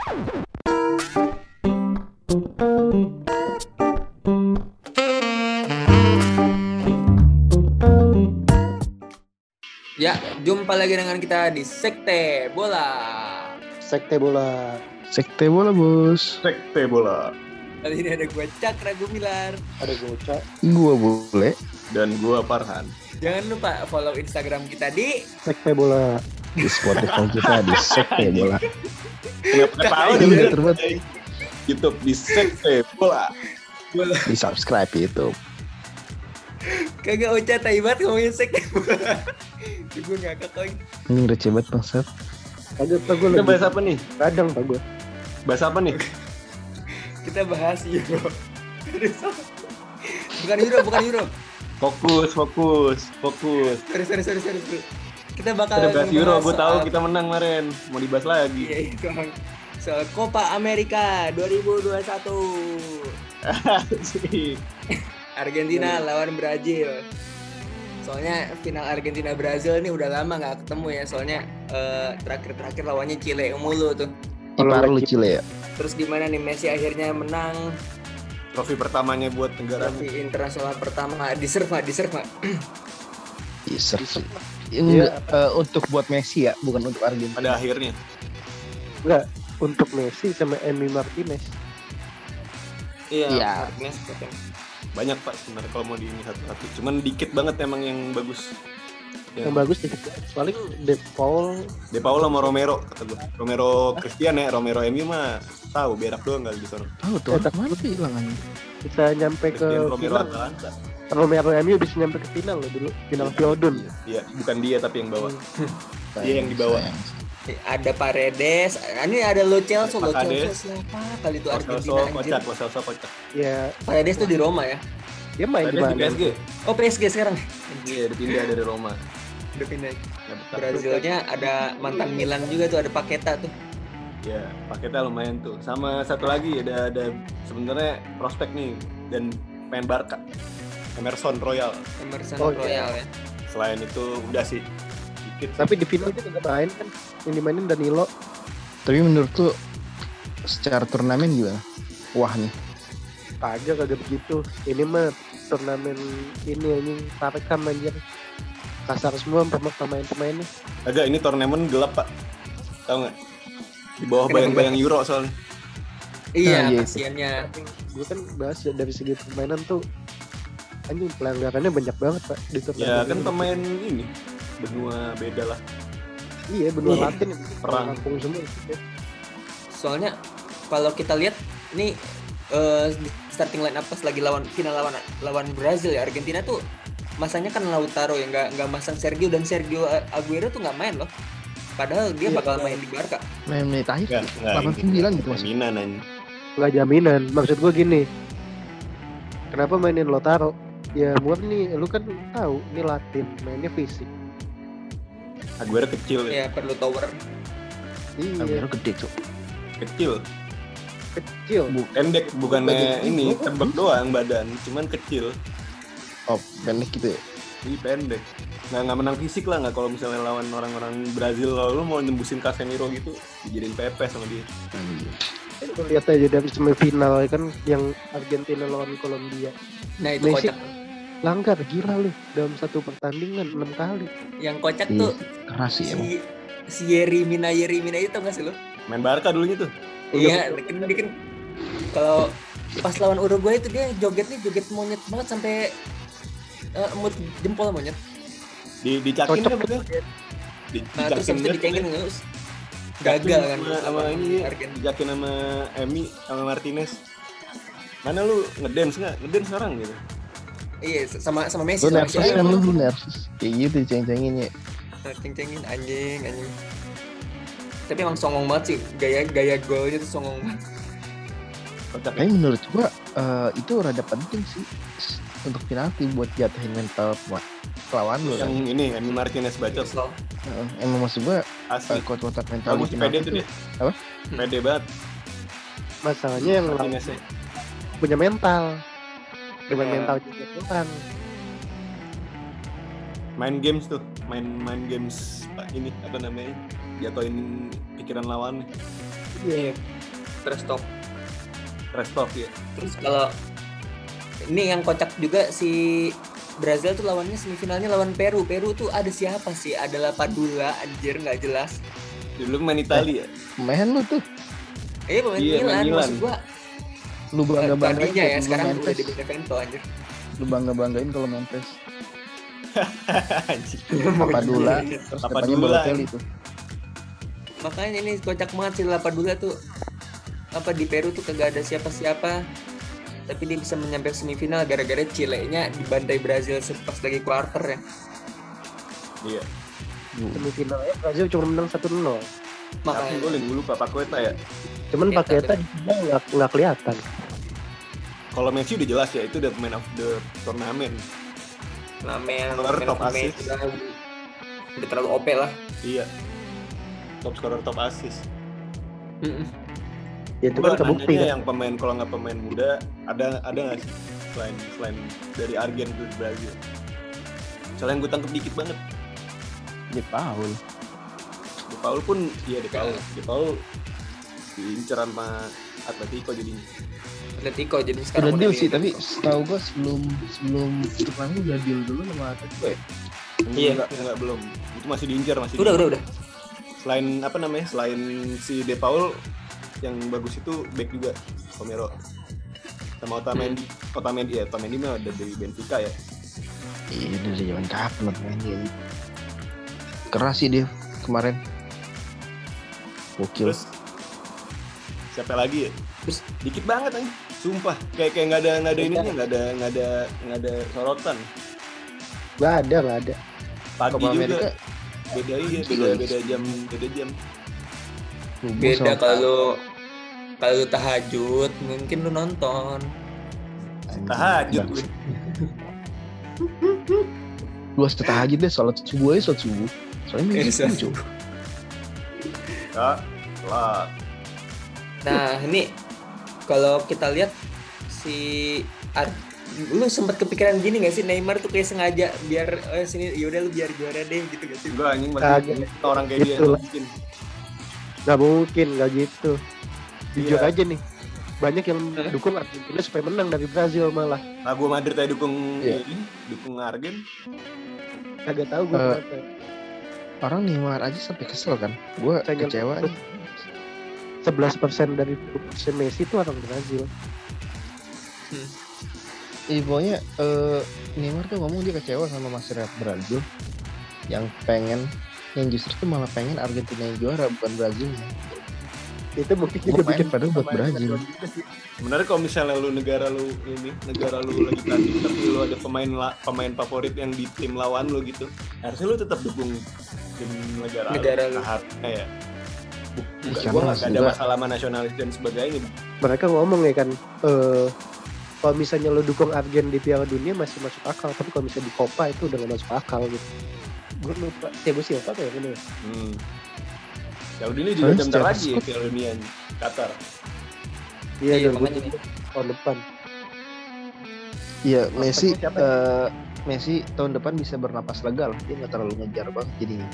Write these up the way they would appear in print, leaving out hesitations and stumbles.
Ya, jumpa lagi dengan kita di Sekte Bola. Sekte bola. Sekte bola, bos. Sekte bola. Kali ini ada gue Cakra Gumilar. Ada Goca. Gua boleh. Dan gua Farhan. Jangan lupa follow Instagram kita di Sekte bola. Di Spotify kita di Sekte bola. Kenapa tahu Iya, nih terbuat. YouTube di Sekte bola. Di subscribe itu. Kagak Ocha taibat ngomongin Sekte Bola. Gue ngakak koi. Ini receh banget bangsat. Ada apa gue Kita lagi? bahas apa nih? Kadang pak gue. Bahas apa nih? Kita bahas Euro. bukan Euro. Fokus. Sorry. Kita bakal Kita bahas Euro, gue tahu soal- kita menang kemarin. Mau dibahas lagi. Iya itu Bang. Soal Copa America 2021. Asik. Argentina lawan Brazil. Soalnya final Argentina Brazil ini udah lama nggak ketemu ya. Soalnya terakhir lawannya Chile mulu tuh. Ipar lu Chile ya. Terus gimana nih Messi akhirnya menang Trofi pertamanya buat negara. trofi internasional pertama deserve nggak? Bisa. Iya. Untuk buat Messi ya, bukan untuk Argentina. Pada akhirnya. Enggak. Untuk Messi sama Emi Martinez. Iya. Martinez, betul. Banyak pak sebenarnya kalau mau di ini satu-satu. Cuman dikit banget emang yang bagus. Yang bagus nih. Paling De Paul. De Paul sama Romero kata gue. Romero Christian ya, Romero MU mah tahu berak doang kali di sana. Tahu tuh. Mana sih hilangannya? Bisa nyampe ke Christian Romero final. Atalanta. Romero MU bisa nyampe ke final loh dulu. Final Piodun. Iya, bukan dia tapi yang bawa. Dia yang di bawah. Ada Paredes, ini ada Lo Celso Paredes. siapa kali itu Argentina Lo Celso kocak. Ya. Paredes tuh di Roma ya. Dia main di Paredes di mana? PSG. Oh PSG sekarang. Iya, dipindah dari Roma. Udah pindah. Ya, betul. Brazilnya ada mantan Milan juga tuh, ada Paqueta tuh. Ya, paketnya lumayan tuh. Sama satu lagi ada sebenarnya prospek nih dan main Barca. Emerson Royal. Emerson Oh, Royal ya. Selain itu udah sih dikit. Tapi di final dia nggak main kan? Yang dimainin Danilo. Tapi menurut tuh secara turnamen gimana? Wah nih. Kagak begitu. Ini mah turnamen ini anjing tarekam anjir. Kasar semua pemain-pemainnya. Agak ini turnamen gelap, Pak. Tahu nggak? Di bawah Kenapa bayang-bayang Euro soalnya. Iya, iya. kasiannya. Gue kan bahas dari segi permainan tuh anjing pelanggarannya banyak banget pak di turnamen. Ya kan ini. pemain ini benua beda lah. Iya benua Iya. Latin Perang. kampung semua. Soalnya kalau kita lihat ini di starting line up pas lagi final lawan Brazil ya, Argentina tuh masanya kan Lautaro ya, nggak masang Sergio, dan Sergio Aguero tuh nggak main loh. Padahal dia Iya, bakal main di Barca. Main menit akhir. Nggak 89 gitu mas. Jaminan aja. Nggak jaminan. Maksud gue gini. Kenapa mainin Lautaro? Ya murni lu kan tahu ini Latin mainnya fisik. Aguero kecil ya. Ya perlu tower. Iya Aguero gede tuh. Kecil. kecil. Pendek bukannya Badan ini tinggi. tebak doang badan, cuman kecil. Oh, pendek gitu ya. Ini pendek. Nggak menang fisik lah, nggak kalau misalnya lawan orang-orang Brazil lu mau nembusin Casemiro gitu dijadiin PP sama dia. Lu lihat aja dari semifinal kan yang Argentina lawan Kolombia. Nah itu Messi kocak. langgar gila lu dalam satu pertandingan 6 kali. Yang kocak Iya. tuh Keras sih emang. si Yeri Mina itu nggak sih lo? Main Barca dulunya tuh. Iya, dia kan kalau pas lawan Uruguay itu dia joget monyet banget sampai emut jempol monyet. Dicakin Cocok. kan betul? Nah terus habis itu dicengin terus gagal kan sama ini Argentina. dijakin sama Emi sama Martinez. Mana lu ngedance nggak? Ngedance sekarang gitu. Iya sama Messi Lu sama nervous siapa? kan lu nervous. Kayak gitu diceng-cengin ya. Ceng-cengin anjing. Tapi emang songong banget sih, gaya golnya tuh songong banget. Kocak ya? Tapi menurut gua itu rada penting sih untuk penalti buat jatuhin mental lawan lu Yang kan. ini Emi Martinez bacot Kesel. Emang maksud gua asli. kuat-kuatan mental Bagus di pede penalti tuh tuh. dia. Apa? Pede banget Masalahnya yang lawan Martinez ya. punya mental. Dengan Bener. mental juga kurang. Main games tuh, main games ini apa namanya? Jatuhin pikiran lawan. Iya. Trash talk. Trash talk ya. Terus kalau ini yang kocak juga si Brazil tuh lawannya semifinalnya lawan Peru. Peru tuh ada siapa sih? Adalah Padula, anjir nggak jelas. Dulu main Italia. Main lu tuh. Pemain Iya, Milan, main Milan. maksud gua. Lu bangga-banggain Tadinya ya, kalau sekarang main udah PES. di Benevento anjir. Lu bangga-banggain kalau main PES. Anjing. Papadula, terus depannya Papadula. Balotelli tuh. Makanya ini kocak banget sih Lapadula tuh. Apa di Peru tuh kagak ada siapa-siapa. Tapi dia bisa menyampai semifinal gara-gara Chile-nya dibantai Brazil pas lagi quarter ya. Iya. Semifinalnya Brazil cuma menang 1-0. Tapi Makanya golin dulu Pak Paqueta ya. Cuman Iya, Paqueta di final nggak kelihatan. Kalau Messi udah jelas ya, itu udah pemain of the turnamen. Lamen, Scorer top assist. udah terlalu OP lah. Iya. Top scorer, top assist. Ya itu Coba kan kebukti nanyanya kan. yang pemain, kalau nggak pemain muda, ada nggak sih selain dari Argen ke Brazil? Soalnya yang gue tangkep dikit banget. Di Paul. Di Paul pun, iya Di Paul diincar sama Atletico jadinya. Atletico jadi sekarang Udah deal di sih, tapi Atletico. setahu gua sebelum turnamen udah deal dulu sama Atletico ya. Iya. Enggak belum. Itu masih diincar, masih. Udah. Selain apa namanya? Selain si De Paul yang bagus itu back juga, Romero. Sama Otamendi mah ada dari Benfica ya. Iya, dari zaman kapan main dia. Keras sih dia kemarin. Gokil. Terus siapa lagi ya? Terus Dikit banget aja. Sumpah, kayak nggak ada ininya, nggak ada sorotan. Nggak ada. Pagi Copa juga. Amerika Beda jam. beda kalau lu tahajud mungkin lu nonton. Tahajud gue. Gua tahajud deh, sholat subuh. Soalnya mimpi Iya, lucu. Ya, lah. Nah ini kalau kita lihat lu sempat kepikiran gini gak sih Neymar tuh kayak sengaja biar sini yaudah lu biar juara deh gitu gak sih? Enggak anjing Kagak. masih orang kayak dia Gitu lah. mungkin. Nggak mungkin, nggak gitu. Jujur Iya. aja nih. Banyak yang dukung Argentina supaya menang dari Brazil malah. Nah, gue Madrid aja dukung Iya. dukung Argen. Kagak tahu gue kenapa. Orang Neymar aja sampai kesel kan. Gua Saya kecewa nih. 11% dari Messi itu orang Brazil. Pokoknya Neymar tuh ngomong dia kecewa sama masyarakat Brazil yang justru tuh malah pengen Argentina yang juara bukan Brazilnya. Itu mungkin Gua juga main bikin padahal buat Brazil. Sebenarnya kalau misalnya lu negara lu lagi tanding tapi lu ada pemain favorit yang di tim lawan lu gitu, harusnya lu tetap dukung tim negara lu. Ya. Karena Gua nggak ada juga- masalah sama nasionalis dan sebagainya. mereka ngomong ya kan, kalau misalnya lo dukung Argen di Piala Dunia masih masuk akal, tapi kalau misalnya di Copa itu udah gak masuk akal gitu. Gue lupa, Thiago Silva tuh ya kan ya. Piala Dunia juga Soalnya bentar secara lagi ya, skor- Piala Dunia Qatar. Iya, Iya, 2000 makanya. tahun depan. Iya, Messi siapa Messi tahun depan bisa bernapas lega lah. Dia nggak terlalu ngejar banget jadinya.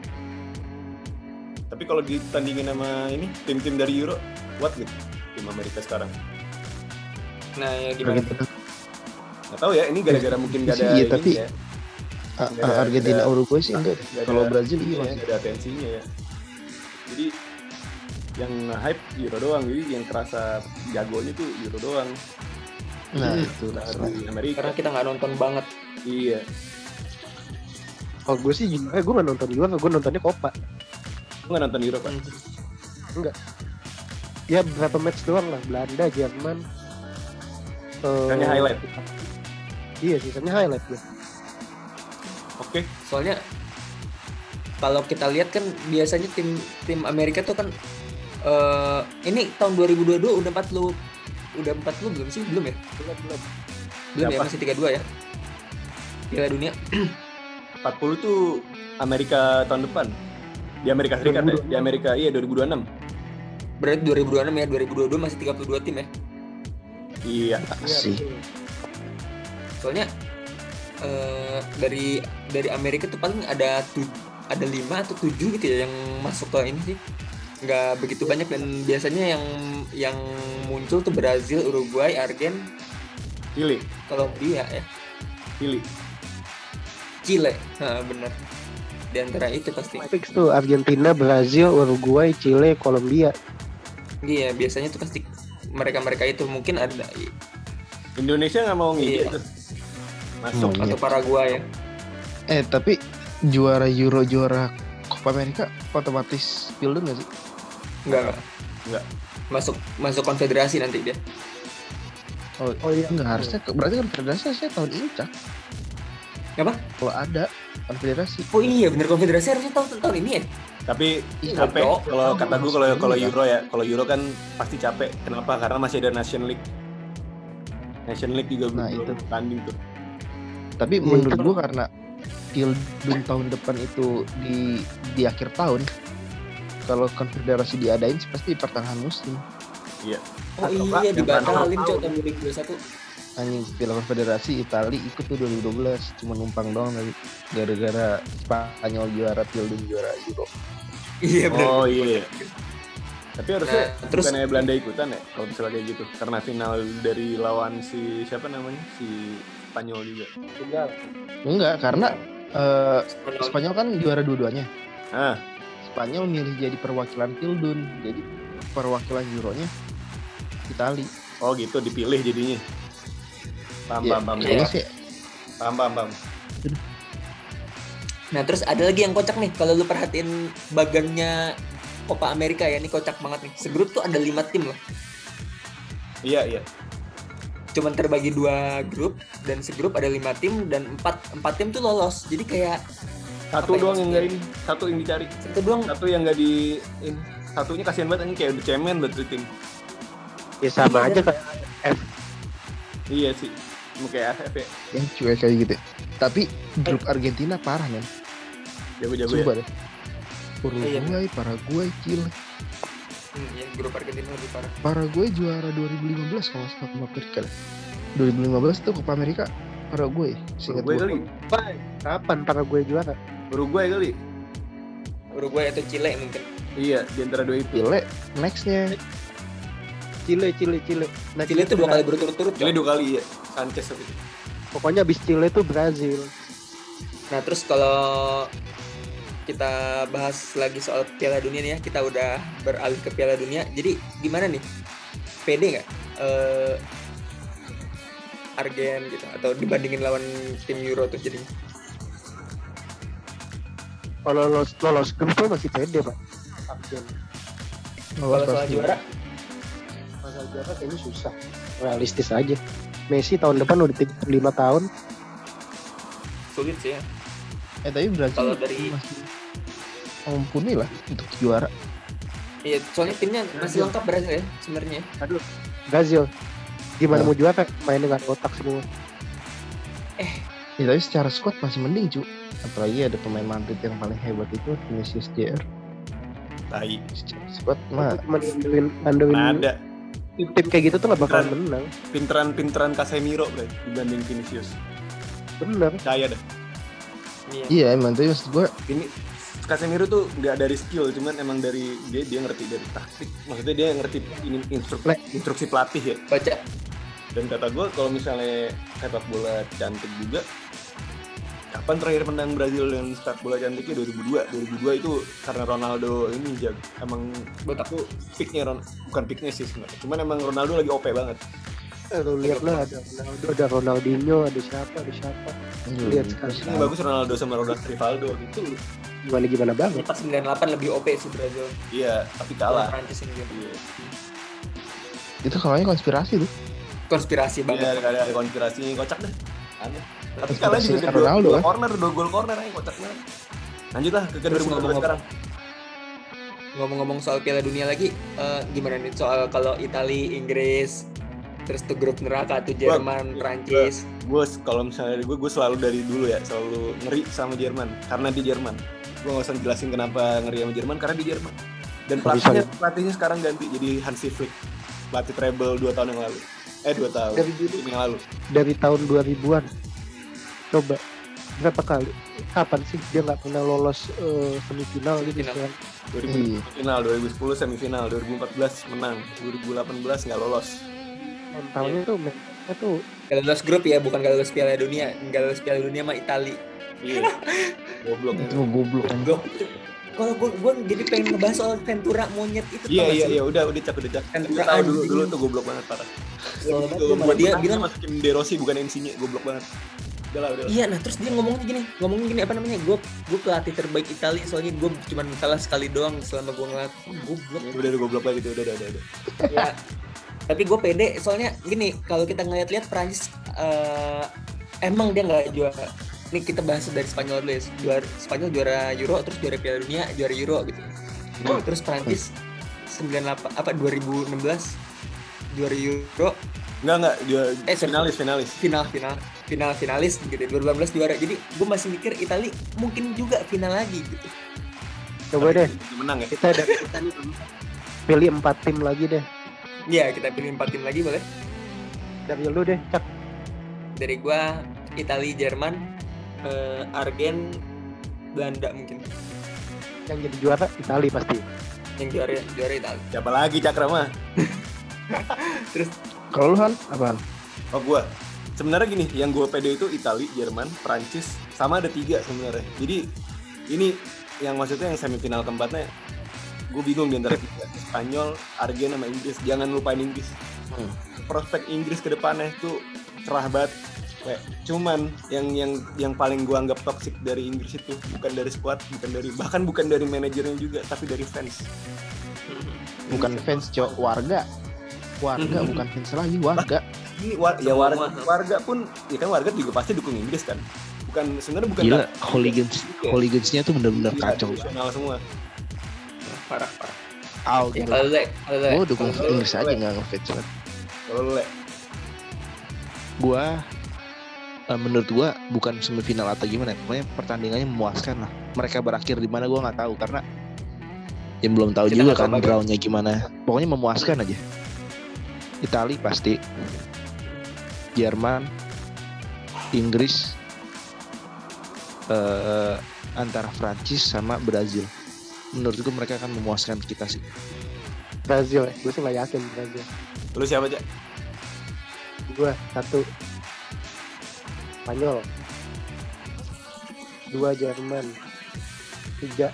Tapi kalau ditandingin sama ini tim-tim dari Euro, what gitu tim Amerika sekarang? Nah ya gimana? Argentina, Nggak tahu ya, ini gara-gara mungkin nggak ada Iya, ini tapi ya. Nggak Argentina ada- Uruguay sih enggak. nggak ada- Kalau Brazil iya, iya masih. nggak ada atensinya ya. Jadi yang hype Euro doang, jadi yang kerasa jagonya tuh Euro doang. Nah, Hmm. itu Nah, masalah. di Amerika. Karena kita nggak nonton banget. Iya. Kalau gue sih jujur, gue gak nonton juga, gue nontonnya Copa. Lu nggak nonton Euro kan? Ya berapa match doang lah, Belanda, Jerman. Sisanya highlight. Iya, sisanya highlight gue. Oke. Soalnya kalau kita lihat kan biasanya tim Amerika tuh kan ini tahun 2022 udah 40 belum sih? Belum ya? Belum ya, Berapa? masih 32 ya. Piala Dunia. 40 tuh Amerika tahun depan. Di Amerika Serikat ya? Di Amerika, iya 2026. Berarti 2026 ya, 2022 masih 32 tim ya. Iya. Sih. Soalnya dari Amerika tuh paling ada 5 atau 7 gitu ya yang masuk ke ini sih. nggak begitu banyak, dan biasanya yang muncul tuh Brazil, Uruguay, Argen, Chile. Kolombia ya, Chile. Nah, bener. Di antara itu pasti. Fix tuh Argentina, Brazil, Uruguay, Chile, Kolombia. Iya, biasanya tuh pasti mereka itu. Mungkin ada Indonesia nggak mau ngide Iya. tuh. Masuk. Iya. atau Paraguay ya. Tapi juara Euro, juara Copa America otomatis Pilden nggak sih? Enggak. Masuk konfederasi nanti dia. Oh iya. Enggak, harusnya berarti konfederasi harusnya tahun ini Cak. Apa? Kalau ada konfederasi. Oh iya, bener, konfederasi harusnya tahun ini ya. Tapi Iya, capek bro. kalau kata gue kalau Iya. Euro ya. Kalau Euro kan pasti capek. Kenapa? Karena masih ada Nation League. Nation League juga Nah, belum itu. tanding tuh. Tapi menurut gua karena Pilden tahun depan itu di akhir tahun, kalau konfederasi diadain sih pasti pertengahan musim. Iya. Oh Atau iya, enggak, yang dibatalin tahun- Cok tahun 2021. Anjing, Piala Konfederasi Italia ikut tuh 2012, cuma numpang doang tapi gara-gara Spanyol juara Pilden juara Euro. Iya benar. Oh iya. Tapi harusnya Nah, terus- bukannya Belanda ikutan ya kalau misalnya kayak gitu. Karena final dari lawan si siapa namanya? Si Spanyol juga. Enggak, karena Spanyol kan juara dua-duanya. Ah, Spanyol milih jadi perwakilan Pilden, jadi perwakilan Euro-nya Italia. oh gitu dipilih jadinya. Paham, Ya, paham, kayaknya Iya. sih paham. Nah, terus ada lagi yang kocak nih, kalau lu perhatiin bagannya Copa America ya, ini kocak banget nih. Segrup tuh ada 5 tim loh. Iya. Cuman terbagi 2 grup, dan segrup ada 5 tim, dan 4 tim tuh lolos. Jadi kayak Satu Apa ya doang yang maksudnya? nggak ini, satu yang dicari. satu doang. Satu yang nggak di ini. Satunya kasihan banget anjing kayak udah cemen buat tuh tim. Ya sama aja kayak Iya sih. Mau kayak AFF ya. yang cuek kayak gitu. Tapi grup Argentina parah men. Jago-jago ya. Coba deh. Iya. Uruguay, Paraguay, Chile. Ya, grup Argentina lebih parah. Paraguay juara 2015 kalau nggak salah Copa America. 2015 tuh Copa America Paraguay. Seingat Uruguay gua. kali. kapan Paraguay juara? Uruguay kali. Uruguay atau Chile mungkin. Iya, di antara dua itu. Chile nextnya. Chile. Nah, Chile itu 2 kali berturut-turut. Chile Cok. 2 kali ya. Sanchez tapi. Pokoknya abis Chile tuh Brazil. Nah, terus kalau kita bahas lagi soal Piala Dunia nih ya, kita udah beralih ke Piala Dunia. Jadi gimana nih? Pede nggak Argen gitu, atau dibandingin lawan tim Euro tuh jadinya? Kalau lolos grup tuh masih pede pak. Argen. Kalau soal juara, Masalah juara kayaknya susah. Realistis aja. Messi tahun depan udah 5 tahun. sulit sih ya. Tapi Brazil Kalau dari- masih mumpuni lah untuk juara. Iya, soalnya timnya masih lengkap Brazil ya sebenarnya. Aduh, Brazil. Gimana Nah. mau juara? Main dengan otak semua. Ya, tapi secara squad masih mending cu. Apalagi ada pemain Madrid yang paling hebat itu Vinicius Jr. Tai. Secara squad mah Cuma ngandelin Ada tim kayak gitu tuh gak bakal menang. pinteran Casemiro bro dibanding Vinicius. Bener. Percaya dah. Iya. iya emang tapi maksud gue Ini Casemiro tuh nggak dari skill, cuman emang dari dia ngerti dari taktik. Maksudnya dia ngerti ini instruksi pelatih ya. Baca. Dan kata gue kalau misalnya sepak bola cantik juga, kapan terakhir menang Brazil dengan sepak bola cantiknya 2002 itu karena Ronaldo ini emang Botak. tuh peaknya bukan peaknya sih sebenarnya. Cuman emang Ronaldo lagi OP banget. Lu lihat lah ada Ronaldo, ada Ronaldinho, ada siapa. Lihat sekarang. Ini bagus Ronaldo sama Rivaldo gitu. Gimana banget. Pas 98 lebih OP sih Brazil. Iya, tapi Lawan kalah. Prancis ini dia. Iya. itu kalahnya konspirasi tuh. Konspirasi banget. Iya, ada konspirasi kocak deh. Aneh. Tapi Konspirasi kalah juga Ronaldo, dua kan? corner, 2 gol corner aja kocak banget. Lanjut lah ke Terus 2019 sekarang. Ngomong-ngomong soal Piala Dunia lagi, gimana nih soal kalau Italia, Inggris, terus tuh grup neraka tuh Jerman, Prancis. Gue kalau misalnya gue selalu dari dulu ya selalu ngeri sama Jerman karena di Jerman. Gue nggak usah jelasin kenapa ngeri sama Jerman karena di Jerman. Dan pelatihnya sekarang ganti jadi Hansi Flick, pelatih treble 2 tahun yang lalu. 2 tahun Dari dulu. yang lalu. Dari tahun 2000-an. Coba. berapa kali? Kapan sih dia nggak pernah lolos semifinal gitu Semifinal. sekarang? 2010 final, 2010 semifinal, 2014 menang, 2018 nggak lolos. Mentalnya tuh Gak lolos grup ya, bukan gak lolos Piala Dunia. Gak lolos Piala Dunia mah Itali. Iya. Goblok. Itu goblok kan. Blok. Kalau gue jadi pengen ngebahas soal Ventura monyet itu. Iya, udah cak. Kan Gue tahu dulu tuh goblok banget parah. Soal Itu banget dia buat bilang masukin De Rossi bukan Insigne, goblok banget. Udah lah. iya, nah terus dia ngomongnya gini apa namanya, gue pelatih terbaik Italia soalnya gue cuma kalah sekali doang selama gue ngelatih. Goblok. Udah goblok lagi tuh, udah. Ya, tapi gue pede soalnya gini, kalau kita ngeliat Prancis emang dia nggak juara. Nih kita bahas dari Spanyol dulu ya. Spanyol juara Euro, terus juara Piala Dunia, juara Euro gitu. Terus Prancis 2016 juara Euro. Enggak, dia Sorry. finalis. Finalis gitu. 2018 juara. Jadi gue masih mikir Italia mungkin juga final lagi gitu. coba deh Menang ya. kita nih pilih 4 tim lagi deh. Iya, kita pilih 4 tim lagi boleh. Dari lu deh, Cak. Dari gue Italia, Jerman, Argen, Belanda mungkin. Yang jadi juara Italia pasti. Yang juara Italia. Siapa lagi Cakra mah? Terus Kalau lu Han, apaan? Oh gue. Sebenarnya gini, yang gue pede itu Italia, Jerman, Prancis, sama ada 3 sebenarnya. Jadi ini yang maksudnya yang semifinal keempatnya gue bingung di antara 3. Spanyol, Argen sama Inggris. Jangan lupain Inggris. Prospek Inggris ke depannya itu cerah banget. Kayak cuman yang paling gue anggap toksik dari Inggris itu bukan dari squad, bukan dari manajernya juga, tapi dari fans. Bukan fans, Cok, warga bukan fans lagi, warga. Ini warga pun ya kan, warga juga pasti dukung Inggris kan. Sebenarnya bukan Gila, hooligans-nya tuh bener-bener kacau. Nasional semua. parah. Ya, Gitu. kalau Gue dukung Inggris aja, nggak ngefans banget. Kalau lu Gue menurut gue bukan semifinal atau gimana, pokoknya pertandingannya memuaskan lah. Mereka berakhir di mana gue nggak tahu karena yang belum tahu Kita juga nggak kan tahu drawnya gimana. Pokoknya memuaskan aja. Italia pasti, Jerman, Inggris, antara Prancis sama Brazil. Menurut gue mereka akan memuaskan kita sih. Brazil ya, gue sih nggak yakin Brazil. lu siapa aja? Gue 1 Spanyol, 2 Jerman, 3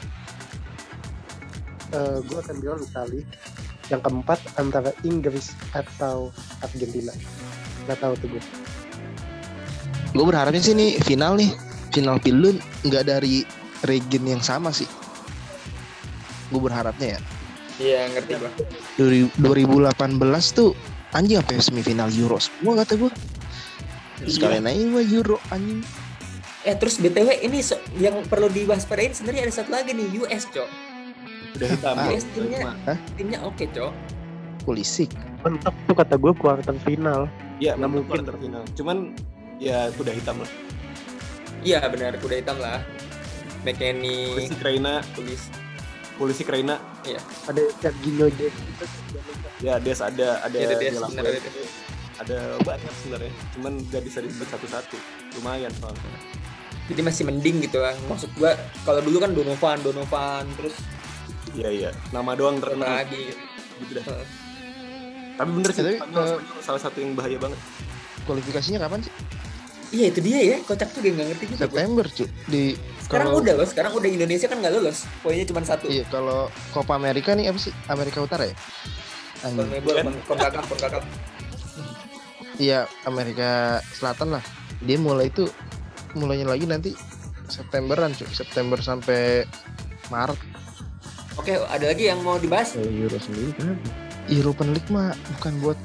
gue akan bilang Italia. Yang keempat antara Inggris atau Argentina. Nggak tahu tuh gue. Gue berharapnya sih nih final Piala nggak dari region yang sama sih. Gue berharapnya ya. Iya, ngerti gua. 2018 tuh anjing apa ya, semifinal Euro semua kata gue. Sekalian aja gue Euro anjing. Terus BTW ini yang perlu diwaspadain sebenarnya ada satu lagi nih, US, Cok. Udah hitam. US timnya oke, Cok. Pulisic. Mentok tuh kata gue quarter final. Iya, Nggak mungkin mungkin. terfinal. Cuman ya udah hitam lah. Iya, benar, kuda hitam lah. McKennie, Polisi Kraina. iya. Ada Serginho Dest gitu. Ya Des ada Iya, ada Des, Dela benar, ada Fuente. Ada banyak sebenarnya. Cuman gak bisa disebut satu-satu. Lumayan soalnya. Jadi masih mending gitu lah. Maksud gua kalau dulu kan Donovan terus Iya. Nama doang apa terkenal lagi gitu. gitu dah. Heeh. Tapi bener sih, Tapi, Spanyol salah satu yang bahaya banget. Kualifikasinya kapan sih? Iya, itu dia ya. Kocak juga nggak ngerti juga. gua. September cuy. Sekarang udah Indonesia kan nggak lolos. Poinnya cuma 1. Iya, kalau Copa America nih apa sih? Amerika Utara ya? Anjing. Konkakaf. Iya, Amerika Selatan lah. Dia mulainya lagi nanti Septemberan cuy. September sampai Maret. Oke, ada lagi yang mau dibahas? Kalau Euro sendiri kan European League mah bukan buat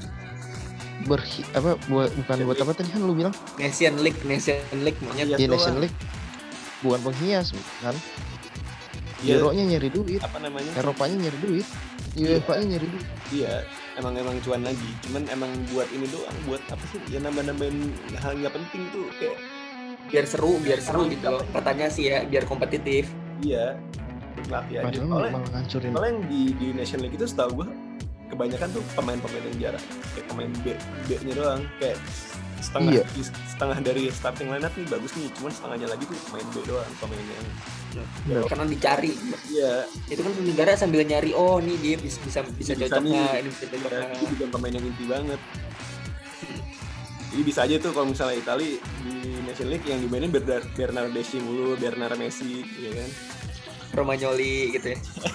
bukan buat apa tadi kan lu bilang? Nation League maunya. Iya, Iya, doang. Nation League. Bukan penghias kan. Iya. Euro-nya nyari duit, Apa namanya? Eropanya nyari duit, UEFA-nya nyari duit. Iya, emang cuan lagi. Cuman emang buat ini doang, buat apa sih? Ya nambah-nambahin hal nggak penting tuh kayak biar seru gitu loh. Katanya sih ya, biar kompetitif. iya. Berlatih aja. Padahal malah ngancurin. Soalnya yang di Nation League itu setahu gue kebanyakan tuh pemain-pemain yang jarang, kayak pemain B-nya doang, kayak Iya. setengah dari starting lineup nih bagus nih, cuman setengahnya lagi tuh main B doang, pemain yang Karena dicari. iya Itu kan negara sambil nyari, oh nih dia bisa Bisa cocok nih. nggak, ini bisa cocok ya, nggak. itu bukan pemain yang inti banget. Jadi bisa aja tuh kalau misalnya Itali di National League yang dimainin Bernardeschi mulu, Bernard Messi, ya kan. Romagnoli gitu ya.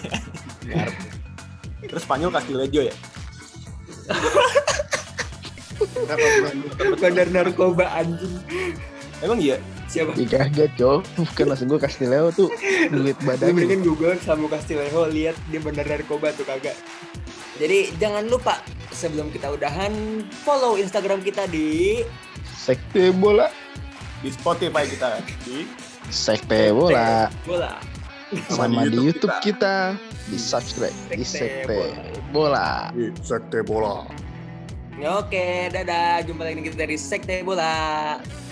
Terus Spanyol Castillejo ya. Bandar narkoba anjing. Emang iya? Siapa? Ya kaget cok. Bukan langsung gue Castillejo tuh duit Lu badannya. mendingan Google Samu Castillejo, lihat dia bandar narkoba tuh kagak. Jadi jangan lupa sebelum kita udahan follow Instagram kita di Sekte bola. Di Spotify kita, di Sekte bola. Bola. Sama di YouTube kita. Di subscribe di Sekte bola. Di Sekte Bola. Oke, dadah. Jumpa lagi kita dari Sekte Bola.